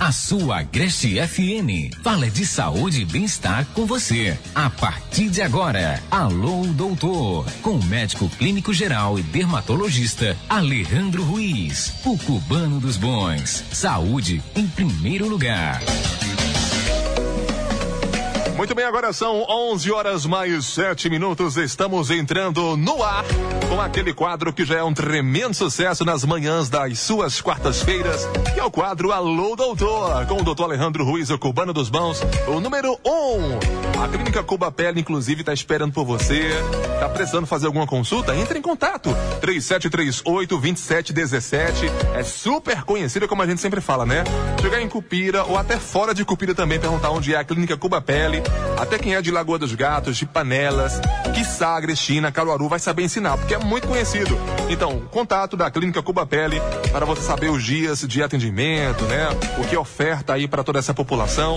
a sua Agreste FM. Fala de saúde e bem-estar com você. A partir de agora, Alô Doutor, com o médico clínico geral e dermatologista Alejandro Ruiz, o cubano dos bons. Saúde em primeiro lugar. Muito bem, agora são 11 horas mais 7 minutos. Estamos entrando no ar com aquele quadro que já é um tremendo sucesso nas manhãs das suas quartas-feiras, que é o quadro Alô Doutor, com o doutor Alejandro Ruiz, o cubano dos bons, o número 1. A Clínica Cuba Pele, inclusive, está esperando por você. Está precisando fazer alguma consulta? Entre em contato. 3738-2717. É super conhecida, como a gente sempre fala, né? Chegar em Cupira ou até fora de Cupira também, perguntar onde é a Clínica Cuba Pele. Até quem é de Lagoa dos Gatos, de Panelas, quiçá Agrestina, Caruaru, vai saber ensinar, porque é muito conhecido. Então, contato da Clínica Cuba Pele para você saber os dias de atendimento, né? O que oferta aí para toda essa população.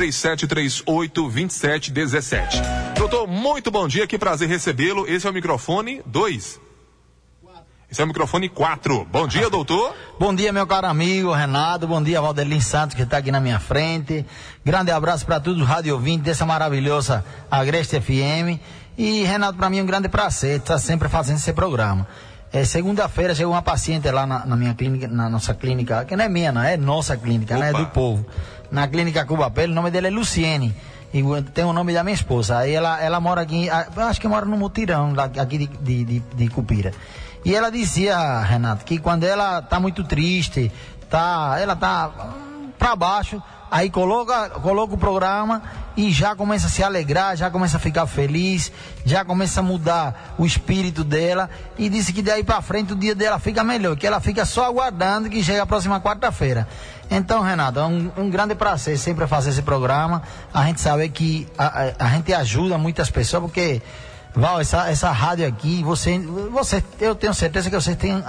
3738-2717. Doutor, muito bom dia, que prazer recebê-lo. Esse é o microfone 2. Esse é o microfone 4. Bom dia, doutor. Bom dia, meu caro amigo Renato. Bom dia, Valdelin Santos, que está aqui na minha frente. Grande abraço para todos os rádio ouvintes dessa maravilhosa Agreste FM. E, Renato, para mim é um grande prazer estar sempre fazendo esse programa. Segunda-feira chegou uma paciente lá na minha clínica, na nossa clínica, que não é minha, não, é nossa clínica, né? É do povo. Na Clínica Cuba Pele, o nome dela é Luciene. E tem o nome da minha esposa. Aí ela mora aqui, acho que mora no Mutirão, aqui de Cupira. E ela dizia, Renato, que quando ela tá muito triste, ela tá pra baixo, aí coloca o programa e já começa a se alegrar, já começa a ficar feliz, já começa a mudar o espírito dela, e disse que daí pra frente o dia dela fica melhor, que ela fica só aguardando que chegue a próxima quarta-feira. Então, Renato, é um grande prazer sempre fazer esse programa. A gente sabe que a gente ajuda muitas pessoas, porque Val, essa rádio aqui, eu tenho certeza que você tem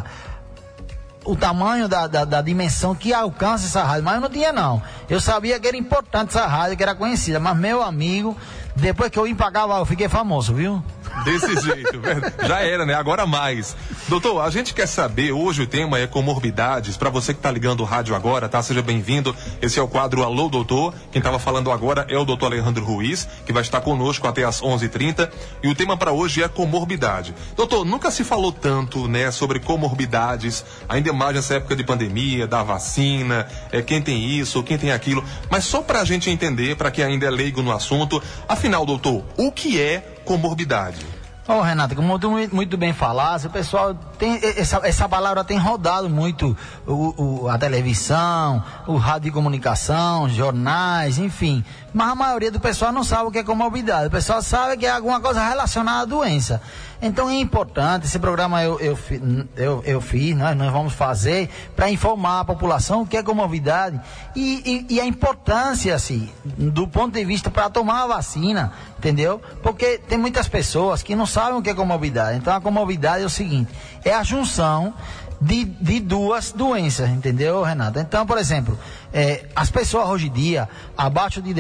o tamanho da dimensão que alcança essa rádio, mas eu não tinha não. Eu sabia que era importante essa rádio, que era conhecida, mas meu amigo, depois que eu vim pra cá, eu fiquei famoso, viu? Desse jeito, já era, né? Agora mais. Doutor, a gente quer saber, hoje o tema é comorbidades. Para você que tá ligando o rádio agora, tá? Seja bem-vindo. Esse é o quadro Alô Doutor. Quem tava falando agora é o doutor Alejandro Ruiz, que vai estar conosco até às 11h30. E o tema para hoje é comorbidade. Doutor, nunca se falou tanto, né, sobre comorbidades, ainda mais nessa época de pandemia, da vacina, quem tem isso, quem tem aquilo. Mas só pra gente entender, para quem ainda é leigo no assunto, afinal, doutor, o que é comorbidade? Renato, como tu muito bem falasse, o pessoal tem essa palavra tem rodado muito a televisão, o rádio de comunicação, jornais, enfim. Mas a maioria do pessoal não sabe o que é comorbidade. O pessoal sabe que é alguma coisa relacionada à doença. Então é importante, esse programa eu fiz, nós vamos fazer para informar a população o que é comorbidade e a importância, assim, do ponto de vista para tomar a vacina, entendeu? Porque tem muitas pessoas que não sabem o que é comorbidade. Então a comorbidade é o seguinte, é a junção de duas doenças, entendeu, Renato? Então, por exemplo, as pessoas hoje em dia, abaixo de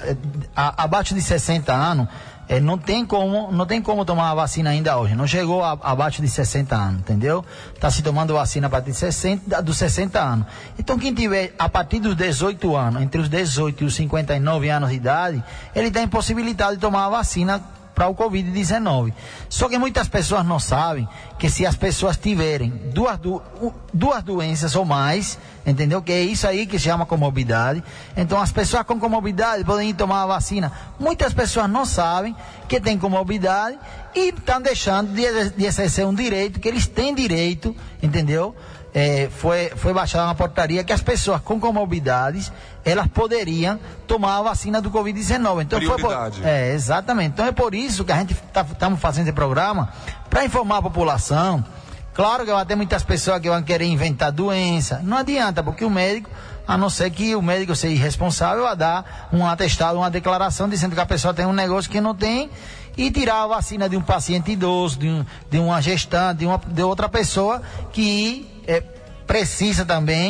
60 anos, não tem como tomar a vacina ainda hoje. Não chegou abaixo de 60 anos, entendeu? Está se tomando vacina a partir dos 60 anos. Então, quem tiver a partir dos 18 anos, entre os 18 e os 59 anos de idade, ele está impossibilitado de tomar a vacina para o Covid-19. Só que muitas pessoas não sabem que se as pessoas tiverem duas doenças ou mais, entendeu? Que é isso aí que se chama comorbidade. Então as pessoas com comorbidade podem ir tomar a vacina. Muitas pessoas não sabem que tem comorbidade e estão deixando de exercer um direito que eles têm direito, entendeu? Foi baixada uma portaria que as pessoas com comorbidades elas poderiam tomar a vacina do Covid-19. Então prioridade. Exatamente. Então é por isso que a gente estamos fazendo esse programa, para informar a população. Claro que vai ter muitas pessoas que vão querer inventar doença. Não adianta, porque o médico, a não ser que o médico seja irresponsável, vai dar um atestado, uma declaração dizendo que a pessoa tem um negócio que não tem, e tirar a vacina de um paciente idoso, de uma gestante, de outra pessoa que precisa também,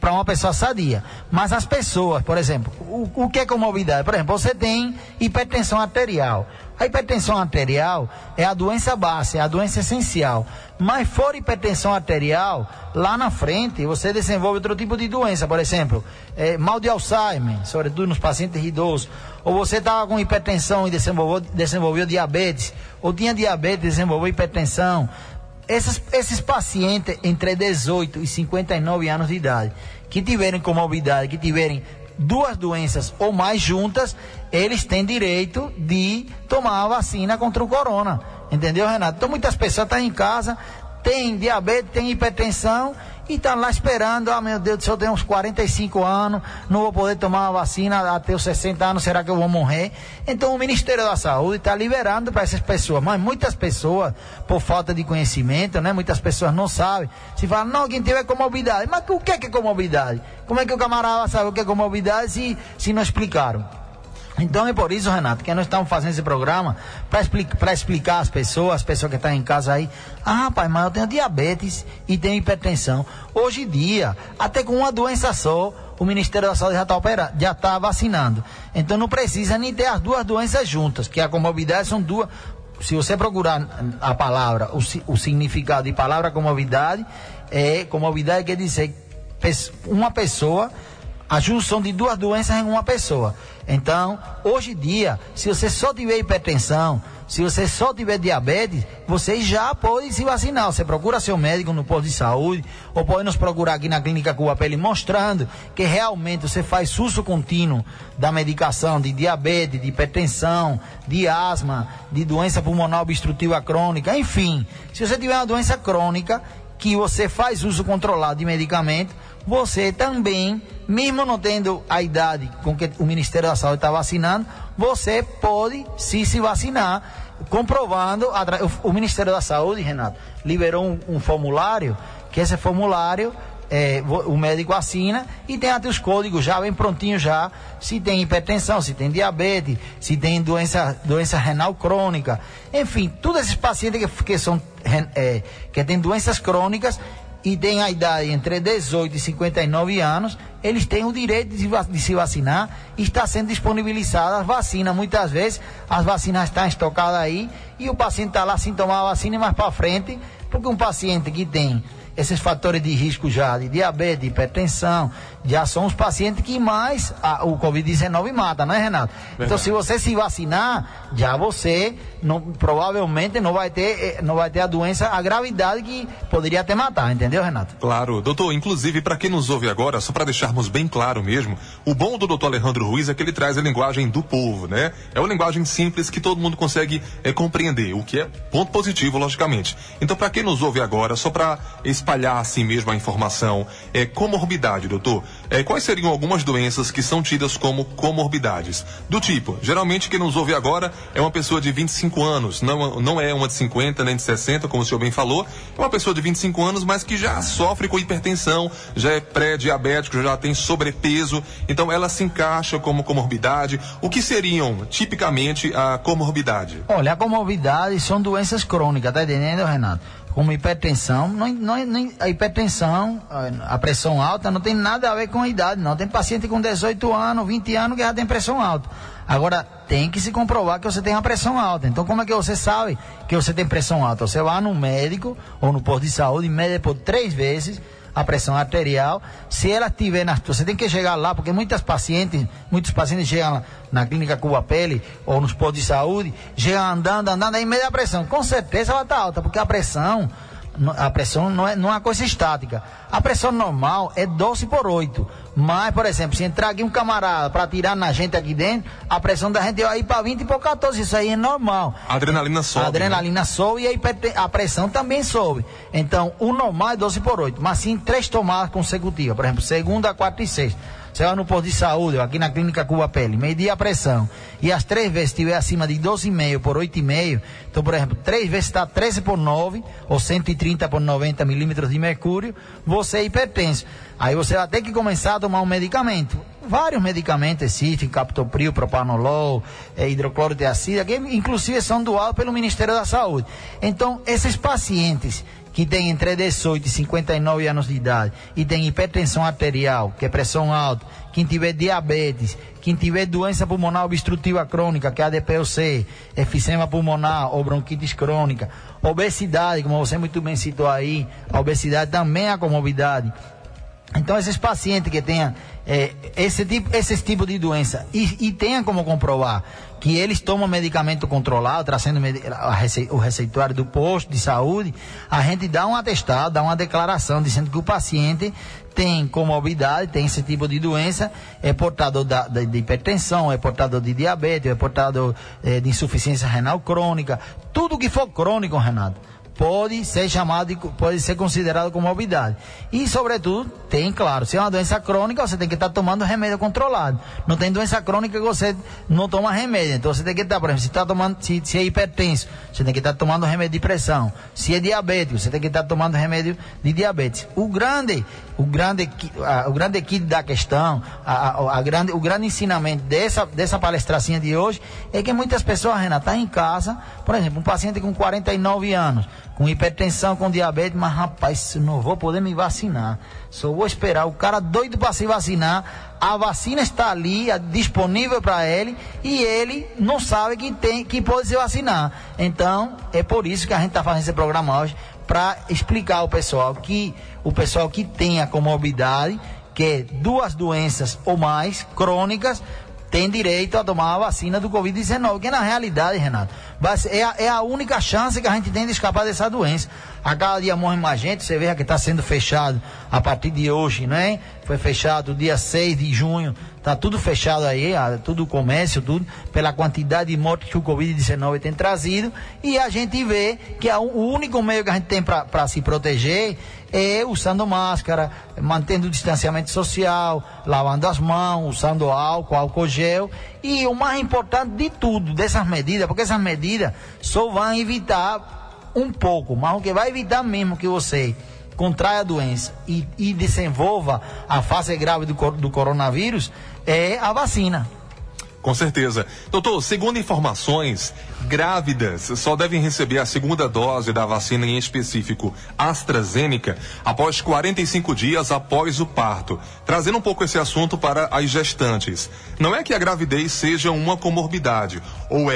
para uma pessoa sadia. Mas as pessoas, por exemplo, o que é comorbidade? Por exemplo, você tem hipertensão arterial. A hipertensão arterial é a doença base, é a doença essencial. Mas fora hipertensão arterial, lá na frente você desenvolve outro tipo de doença. Por exemplo, mal de Alzheimer, sobretudo nos pacientes idosos. Ou você estava com hipertensão e desenvolveu diabetes. Ou tinha diabetes e desenvolveu hipertensão. Esses pacientes entre 18 e 59 anos de idade, que tiverem comorbidade, que tiverem duas doenças ou mais juntas, eles têm direito de tomar a vacina contra o corona. Entendeu, Renato? Então muitas pessoas estão em casa, têm diabetes, têm hipertensão e estão lá esperando, meu Deus do céu, eu tenho uns 45 anos, não vou poder tomar a vacina até os 60 anos, será que eu vou morrer? Então o Ministério da Saúde está liberando para essas pessoas, mas muitas pessoas, por falta de conhecimento, né, muitas pessoas não sabem, se fala, não, quem tiver comorbidade, mas o que é comorbidade? Como é que o camarada vai saber o que é comorbidade se não explicaram? Então é por isso, Renato, que nós estamos fazendo esse programa para explicar às pessoas que estão em casa aí, rapaz, mas eu tenho diabetes e tenho hipertensão. Hoje em dia, até com uma doença só, o Ministério da Saúde já está vacinando. Então não precisa nem ter as duas doenças juntas, que a comorbidade são duas. Se você procurar a palavra, o significado de palavra comorbidade quer dizer uma pessoa, a junção de duas doenças em uma pessoa. Então, hoje em dia, se você só tiver hipertensão, se você só tiver diabetes, você já pode se vacinar. Você procura seu médico no posto de saúde, ou pode nos procurar aqui na Clínica Cuba Pele, mostrando que realmente você faz uso contínuo da medicação de diabetes, de hipertensão, de asma, de doença pulmonar obstrutiva crônica, enfim. Se você tiver uma doença crônica, que você faz uso controlado de medicamento, você também, mesmo não tendo a idade com que o Ministério da Saúde está vacinando, você pode sim se vacinar, comprovando. O Ministério da Saúde, Renato, liberou um formulário, que esse formulário o médico assina e tem até os códigos já bem prontinhos já, se tem hipertensão, se tem diabetes, se tem doença renal crônica, enfim, todos esses pacientes que têm doenças crônicas e têm a idade entre 18 e 59 anos, eles têm o direito de se vacinar e está sendo disponibilizada as vacinas. Muitas vezes as vacinas estão estocadas aí e o paciente está lá sem tomar a vacina e mais para frente, porque um paciente que tem esses fatores de risco já, de diabetes, hipertensão, já são os pacientes que mais o Covid-19 mata, não é, Renato? Verdade. Então, se você se vacinar, já você provavelmente não vai ter a doença, a gravidade que poderia até matar, entendeu, Renato? Claro. Doutor, inclusive, para quem nos ouve agora, só para deixarmos bem claro mesmo, o bom do doutor Alejandro Ruiz é que ele traz a linguagem do povo, né? É uma linguagem simples que todo mundo consegue compreender, o que é ponto positivo, logicamente. Então, para quem nos ouve agora, só para espalhar assim mesmo a informação, comorbidade, doutor. Quais seriam algumas doenças que são tidas como comorbidades? Do tipo, geralmente quem nos ouve agora é uma pessoa de 25 anos, não é uma de 50 nem de 60, como o senhor bem falou, é uma pessoa de 25 anos, mas que já sofre com hipertensão, já é pré-diabético, já tem sobrepeso, então ela se encaixa como comorbidade. O que seriam tipicamente a comorbidade? Olha, a comorbidade são doenças crônicas, tá entendendo, Renato? Como hipertensão, a hipertensão, a pressão alta não tem nada a ver com a idade, não. Tem paciente com 18 anos, 20 anos que já tem pressão alta. Agora, tem que se comprovar que você tem uma pressão alta. Então, como é que você sabe que você tem pressão alta? Você vai no médico ou no posto de saúde e mede por 3 vezes a pressão arterial. Se ela estiver você tem que chegar lá, porque muitos pacientes chegam na Clínica Cuba Pele ou nos postos de saúde, chegam andando, aí mede a pressão. Com certeza ela está alta, porque a pressão não é uma coisa estática. A pressão normal é 12/8. Mas, por exemplo, se entrar aqui um camarada para atirar na gente aqui dentro, a pressão da gente vai ir para 20/14. Isso aí é normal. A adrenalina sobe. A adrenalina sobe e a pressão também sobe. Então, o normal é 12/8. Mas sim 3 tomadas consecutivas. Por exemplo, segunda, quarta e sexta. Você vai no posto de saúde, aqui na Clínica Cuba Pele, medir a pressão, e as 3 vezes estiver acima de 12,5 por 8,5, então, por exemplo, 3 vezes está 13/9, ou 130/90 milímetros de mercúrio, você é hipertenso. Aí você vai ter que começar a tomar um medicamento. vários medicamentos existem, captopril, propanolol, hidroclorotiazida, que inclusive são doados pelo Ministério da Saúde. Então, esses pacientes que têm entre 18 e 59 anos de idade e têm hipertensão arterial, que é pressão alta, quem tiver diabetes, quem tiver doença pulmonar obstrutiva crônica, que é a DPOC, efisema pulmonar ou bronquites crônica, obesidade, como você muito bem citou aí, a obesidade também é a comorbidade. Então, esses pacientes que tenham esse tipo de doença e tenham como comprovar que eles tomam medicamento controlado, trazendo o receituário do posto de saúde, a gente dá um atestado, dá uma declaração dizendo que o paciente tem comorbidade, tem esse tipo de doença, é portador de hipertensão, é portador de diabetes, é portador de insuficiência renal crônica, tudo que for crônico, Renato, pode ser considerado como comorbidade. E, sobretudo, claro, se é uma doença crônica, você tem que estar tomando remédio controlado. Não tem doença crônica que você não toma remédio. Então, você tem que estar, por exemplo, se é hipertenso, você tem que estar tomando remédio de pressão. Se é diabético, você tem que estar tomando remédio de diabetes. O grande kit da questão, o grande ensinamento dessa palestracinha de hoje é que muitas pessoas, Renato, estão em casa, por exemplo, um paciente com 49 anos, com hipertensão, com diabetes, mas rapaz, não vou poder me vacinar, só vou esperar, o cara doido para se vacinar, a vacina está ali, disponível para ele, e ele não sabe que pode se vacinar. Então, é por isso que a gente está fazendo esse programa hoje, para explicar ao pessoal que tem a comorbidade, que 2 doenças ou mais crônicas, tem direito a tomar a vacina do Covid-19, que na realidade, Renato, é a única chance que a gente tem de escapar dessa doença. A cada dia morre mais gente, você vê que está sendo fechado a partir de hoje, né? Foi fechado dia 6 de junho, está tudo fechado aí, tudo o comércio, tudo, pela quantidade de mortes que o Covid-19 tem trazido, e a gente vê que o único meio que a gente tem para se proteger é usando máscara, mantendo o distanciamento social, lavando as mãos, usando álcool gel, e o mais importante de tudo, dessas medidas, porque essas medidas só vão evitar um pouco, mas o que vai evitar mesmo que você contraia a doença e desenvolva a fase grave do coronavírus é a vacina. Com certeza. Doutor, segundo informações, grávidas só devem receber a segunda dose da vacina, em específico AstraZeneca, após 45 dias após o parto. Trazendo um pouco esse assunto para as gestantes. Não é que a gravidez seja uma comorbidade,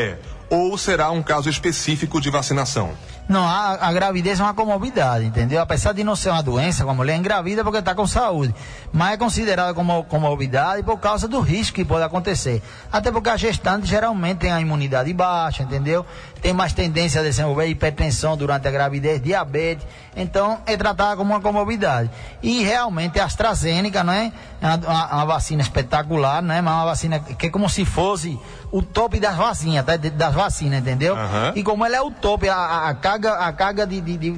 ou será um caso específico de vacinação? Não, a gravidez é uma comorbidade, entendeu? Apesar de não ser uma doença, a mulher engravida porque está com saúde, mas é considerada como comorbidade por causa do risco que pode acontecer. Até porque a gestante geralmente tem a imunidade baixa, entendeu? Tem mais tendência a desenvolver hipertensão durante a gravidez, diabetes, então é tratada como uma comorbidade. E realmente a AstraZeneca, né, é uma vacina espetacular, né, mas uma vacina que é como se fosse o top das vacinas, entendeu? Uhum. E como ela é o top, a carga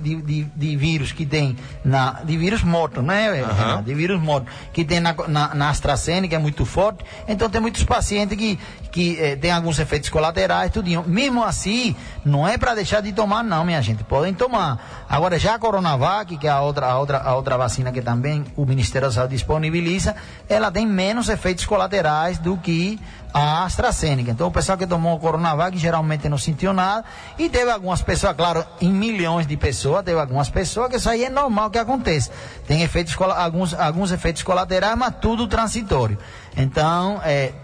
de vírus que tem, de vírus morto, né? Uhum. De vírus morto, que tem na AstraZeneca é muito forte, então tem muitos pacientes que tem alguns efeitos colaterais, tudinho. Mesmo assim, não é para deixar de tomar, não, minha gente, podem tomar. Agora, já a Coronavac, que é a outra vacina que também o Ministério da Saúde disponibiliza, ela tem menos efeitos colaterais do que a AstraZeneca. Então, o pessoal que tomou o Coronavac geralmente não sentiu nada, e teve algumas pessoas, claro, em milhões de pessoas, teve algumas pessoas que isso aí é normal que aconteça. Tem alguns efeitos colaterais, mas tudo transitório. Então,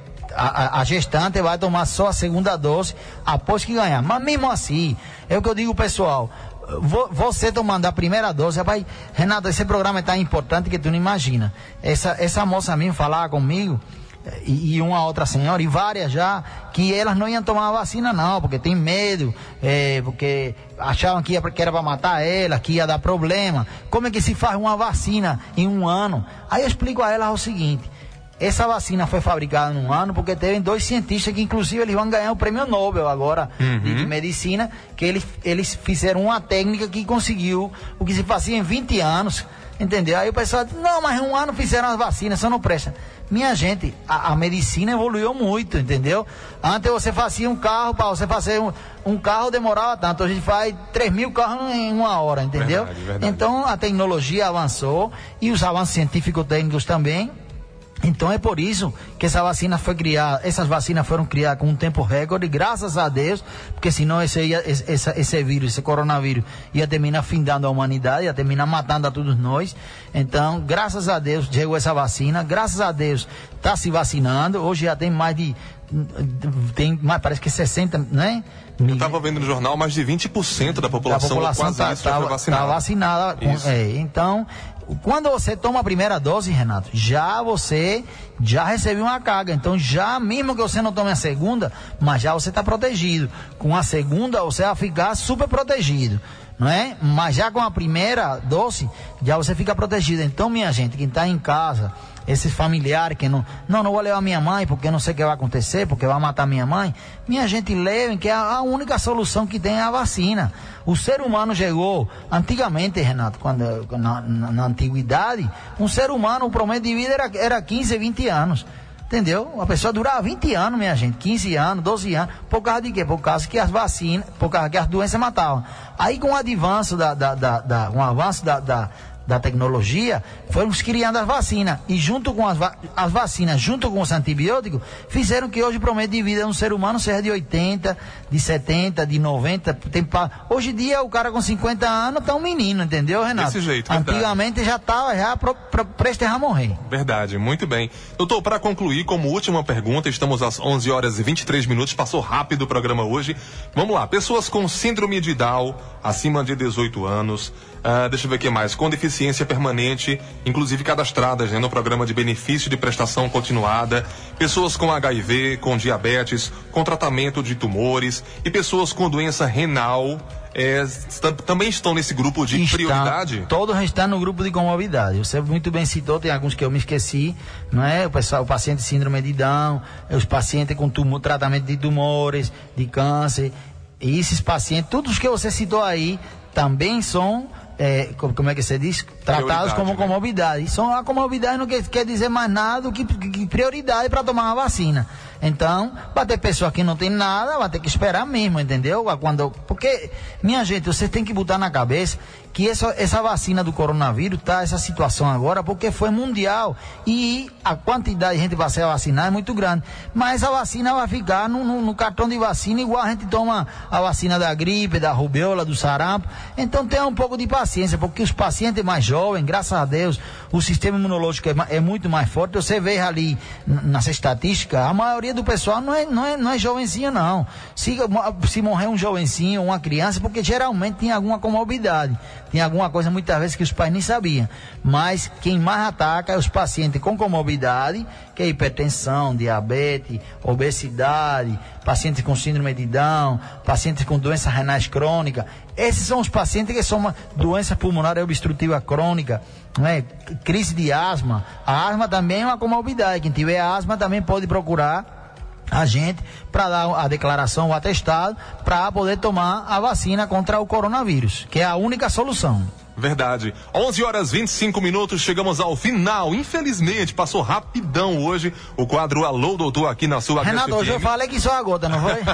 a gestante vai tomar só a segunda dose após que ganhar. Mas mesmo assim, é o que eu digo, pessoal, você tomando a primeira dose, rapaz, Renato, esse programa é tão importante que tu não imagina. Essa moça mesmo falava comigo, e uma outra senhora, e várias já, que elas não iam tomar a vacina não, porque tem medo, porque achavam que era para matar ela, que ia dar problema. Como é que se faz uma vacina em um ano? Aí eu explico a elas o seguinte: essa vacina foi fabricada num ano porque teve 2 cientistas que inclusive eles vão ganhar o prêmio Nobel agora de medicina, que eles fizeram uma técnica que conseguiu o que se fazia em 20 anos, entendeu? Aí o pessoal diz, não, mas em um ano fizeram as vacinas, só não presta. Minha gente, a medicina evoluiu muito, entendeu? Antes você fazia um carro, para você fazer um carro demorava tanto, hoje a gente faz 3.000 carros em uma hora, entendeu? Verdade. Então a tecnologia avançou e os avanços científicos técnicos também Então é por isso que essa vacina foi criada, essas vacinas foram criadas com um tempo recorde, graças a Deus, porque senão esse vírus, esse coronavírus, ia terminar findando a humanidade, ia terminar matando a todos nós. Então, graças a Deus, chegou essa vacina, graças a Deus, está se vacinando. Hoje já tem parece que 60, né? Eu estava vendo no jornal, mais de 20% da população quase isso já foi vacinada. Está vacinada. Então, quando você toma a primeira dose, Renato, você já recebeu uma carga. Então, já mesmo que você não tome a segunda, mas já você está protegido. Com a segunda, você vai ficar super protegido, não é? Mas já com a primeira dose, já você fica protegido. Então, minha gente, quem está em casa, esses familiares que não vou levar minha mãe porque eu não sei o que vai acontecer, porque vai matar minha mãe, minha gente, levem, que a única solução que tem é a vacina. O ser humano chegou, antigamente, Renato, na antiguidade, um ser humano, o promédio de vida era 15, 20 anos. Entendeu? A pessoa durava 20 anos, minha gente, 15 anos, 12 anos, por causa de quê? Por causa que as vacinas, por causa que as doenças matavam. Aí com o avanço da tecnologia, fomos criando as vacinas, e junto com as vacinas, junto com os antibióticos, fizeram que hoje o promédio de vida de um ser humano seja de 80, de 70, de 90, hoje em dia o cara com 50 anos tá um menino, entendeu, Renato? Desse jeito, antigamente verdade. Já estava prestes a morrer. Verdade, muito bem. Doutor, para concluir, como última pergunta, estamos às 11 horas e 23 minutos, passou rápido o programa hoje. Vamos lá, pessoas com síndrome de Down, acima de 18 anos, deixa eu ver o que mais, com deficiência permanente, inclusive cadastradas, né, no programa de benefício de prestação continuada, pessoas com HIV, com diabetes, com tratamento de tumores e pessoas com doença renal, também estão nesse grupo de prioridade? Todos estão no grupo de comorbidade. Você muito bem citou, tem alguns que eu me esqueci, não é? O paciente síndrome de Down, os pacientes com tratamento de tumores, de câncer, e esses pacientes, todos os que você citou aí, também são como é que se diz? Tratados como comorbidade. A comorbidade não quer dizer mais nada do que prioridade para tomar uma vacina. Então, vai ter pessoa que não tem nada, vai ter que esperar mesmo, entendeu? Porque, minha gente, você tem que botar na cabeça que essa vacina do coronavírus essa situação agora, porque foi mundial e a quantidade de gente que vai ser vacinar é muito grande. Mas a vacina vai ficar no cartão de vacina, igual a gente toma a vacina da gripe, da rubéola, do sarampo. Então, tenha um pouco de paciência, porque os pacientes mais jovens, graças a Deus, o sistema imunológico é muito mais forte. Você vê ali nas estatísticas, a maioria do pessoal não é jovencinho, não. Se morrer um jovencinho ou uma criança, porque geralmente tem alguma comorbidade, tem alguma coisa muitas vezes que os pais nem sabiam. Mas quem mais ataca é os pacientes com comorbidade, que é hipertensão, diabetes, obesidade, pacientes com síndrome de Down, pacientes com doenças renais crônicas. Esses são os pacientes que são doença pulmonar obstrutiva crônica, não é? Crise de asma. A asma também é uma comorbidade. Quem tiver asma também pode procurar a gente para dar a declaração, o atestado, para poder tomar a vacina contra o coronavírus, que é a única solução. Verdade. 11 horas 25 minutos, chegamos ao final. Infelizmente, passou rapidão hoje o quadro Alô Doutor aqui na sua Renato, hoje eu falei que só a gota, não foi?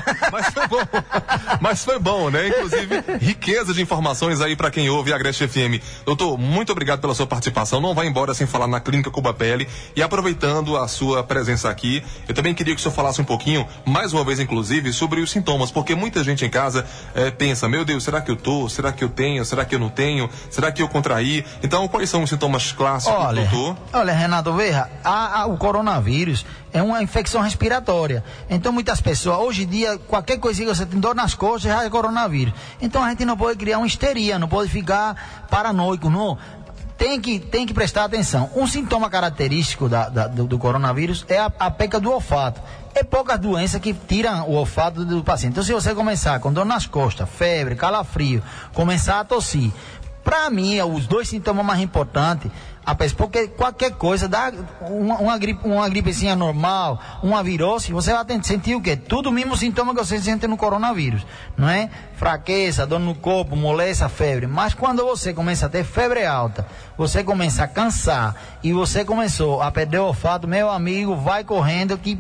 Mas foi bom, né? Inclusive, riqueza de informações aí para quem ouve a Agreste FM. Doutor, muito obrigado pela sua participação. Não vai embora sem falar na Clínica Cuba Pele. E aproveitando a sua presença aqui, eu também queria que o senhor falasse um pouquinho, mais uma vez inclusive, sobre os sintomas, porque muita gente em casa pensa, meu Deus, será que eu tô? Será que eu tenho? Será que eu não tenho? Será que eu contraí? Então, quais são os sintomas clássicos, doutor? Olha, Renato, veja, o coronavírus é uma infecção respiratória. Então, muitas pessoas, hoje em dia, qualquer coisinha que você tem dor nas costas já é coronavírus. Então, a gente não pode criar uma histeria, não pode ficar paranoico, não. Tem que prestar atenção. Um sintoma característico do coronavírus é a perca do olfato. É poucas doenças que tiram o olfato do paciente. Então, se você começar com dor nas costas, febre, calafrio, começar a tossir, para mim, os dois sintomas mais importantes, porque qualquer coisa, dá uma gripezinha normal, uma virose, você vai sentir o quê? Tudo o mesmo sintoma que você sente no coronavírus, não é? fraqueza, dor no corpo, moleza, febre. Mas quando você começa a ter febre alta, você começa a cansar e você começou a perder o olfato, meu amigo, vai correndo que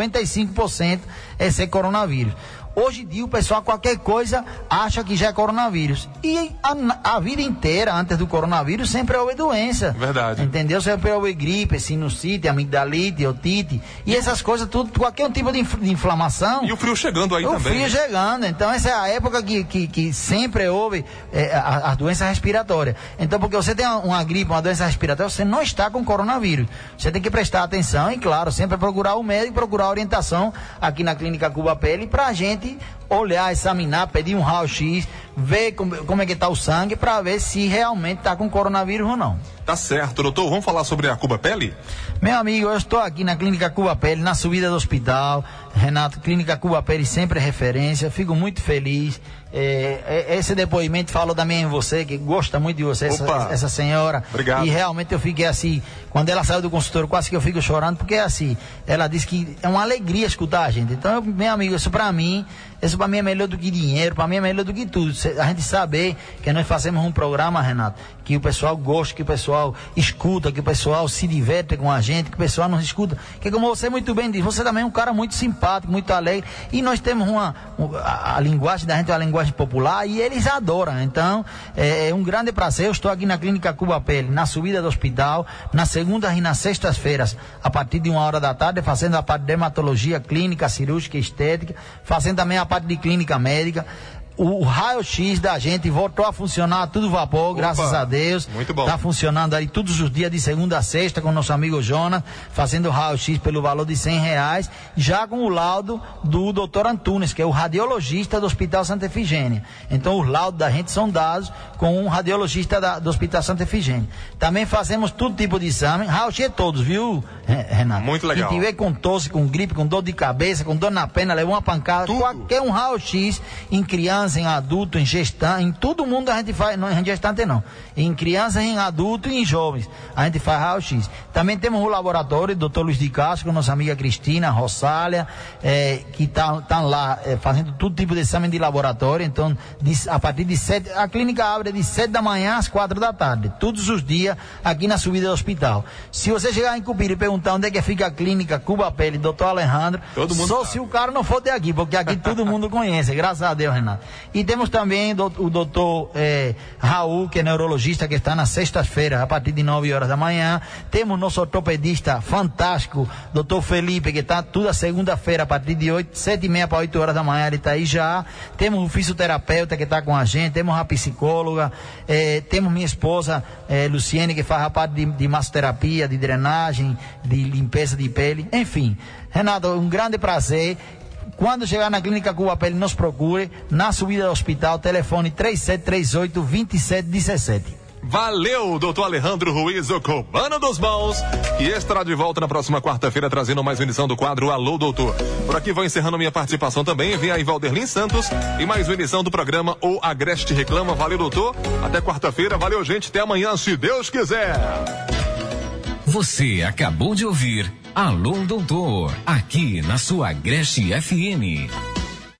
95% é ser coronavírus. Hoje em dia o pessoal qualquer coisa acha que já é coronavírus. E a vida inteira, antes do coronavírus, sempre houve doença. Verdade. Entendeu? Sempre houve gripe, sinusite, amigdalite, otite. E essas coisas, tudo, qualquer tipo de inflamação. E o frio chegando aí também. O frio chegando. Então essa é a época que sempre houve as doenças respiratórias. Então, porque você tem uma gripe, uma doença respiratória, você não está com coronavírus. Você tem que prestar atenção e, claro, sempre procurar o médico, procurar a orientação aqui na Clínica Cuba Pele pra gente olhar, examinar, pedir um raio-x, ver como é que está o sangue para ver se realmente está com coronavírus ou não. Tá certo, doutor. Vamos falar sobre a Cuba Pele? Meu amigo, eu estou aqui na Clínica Cuba Pele, na subida do hospital. Renato, Clínica Cuba Pele sempre é referência, fico muito feliz. Esse depoimento falou também em você, que gosta muito de você, essa senhora. Obrigado. E realmente eu fiquei assim, quando ela saiu do consultório, quase que eu fico chorando, porque é assim, ela disse que é uma alegria escutar a gente. Então, meu amigo, isso pra mim é melhor do que dinheiro, pra mim é melhor do que tudo. A gente saber que nós fazemos um programa, Renato, que o pessoal gosta, que o pessoal escuta, que o pessoal se diverte com a gente, que o pessoal nos escuta. Que como você muito bem disse, você também é um cara muito simpático, muito alegre, e nós temos a linguagem da gente é uma linguagem popular e eles adoram. Então, é um grande prazer. Eu estou aqui na Clínica Cuba Pele, na subida do hospital, nas segundas e nas sextas-feiras, a partir de 1h da tarde, fazendo a parte de dermatologia, clínica, cirúrgica e estética, fazendo também a parte de clínica médica. O raio-x da gente voltou a funcionar, tudo vapor, graças a Deus. Muito bom. Está funcionando aí todos os dias, de segunda a sexta, com o nosso amigo Jonas, fazendo raio-x pelo valor de R$100, já com o laudo do Dr. Antunes, que é o radiologista do Hospital Santa Efigênia. Então, os laudos da gente são dados com um radiologista do Hospital Santa Efigênia. Também fazemos todo tipo de exame, raio-x todos, viu, Renato? Muito legal. Quem tiver com tosse, com gripe, com dor de cabeça, com dor na perna, levou uma pancada, qualquer um raio-x em criança, em adulto, em gestante, em todo mundo a gente faz, não em gestante não, em crianças, em adulto e em jovens, a gente faz raio-x. Também temos o laboratório do Dr. Luiz de Castro, com nossa amiga Cristina Rossália, que tá lá fazendo todo tipo de exame de laboratório. Então, a partir de 7, a clínica abre de 7 da manhã às 4 da tarde, todos os dias, aqui na subida do hospital. Se você chegar em Cupira e perguntar onde é que fica a Clínica Cuba Pele, Dr. Alejandro, só sabe. Se o cara não for de aqui, porque aqui todo mundo conhece, graças a Deus, Renato. E temos também o doutor Raul, que é neurologista, que está na sexta-feira, a partir de 9h da manhã. Temos nosso ortopedista fantástico, doutor Felipe, que está toda segunda-feira, a partir de 7h30 para 8h da manhã, ele está aí já. Temos o fisioterapeuta que está com a gente, temos a psicóloga, temos minha esposa, Luciene, que faz a parte de massoterapia, de drenagem, de limpeza de pele. Enfim, Renato, um grande prazer. Quando chegar na Clínica Cuba Pele, nos procure na subida do hospital, telefone 3738-2717. Valeu, doutor Alejandro Ruiz, o Cubano dos Bons, que estará de volta na próxima quarta-feira, trazendo mais uma edição do quadro Alô Doutor. Por aqui vou encerrando minha participação também, vem aí Valderlin Santos e mais uma edição do programa O Agreste Reclama. Valeu, doutor, até quarta-feira, valeu, gente, até amanhã, se Deus quiser. Você acabou de ouvir Alô Doutor, aqui na sua Agreste FM.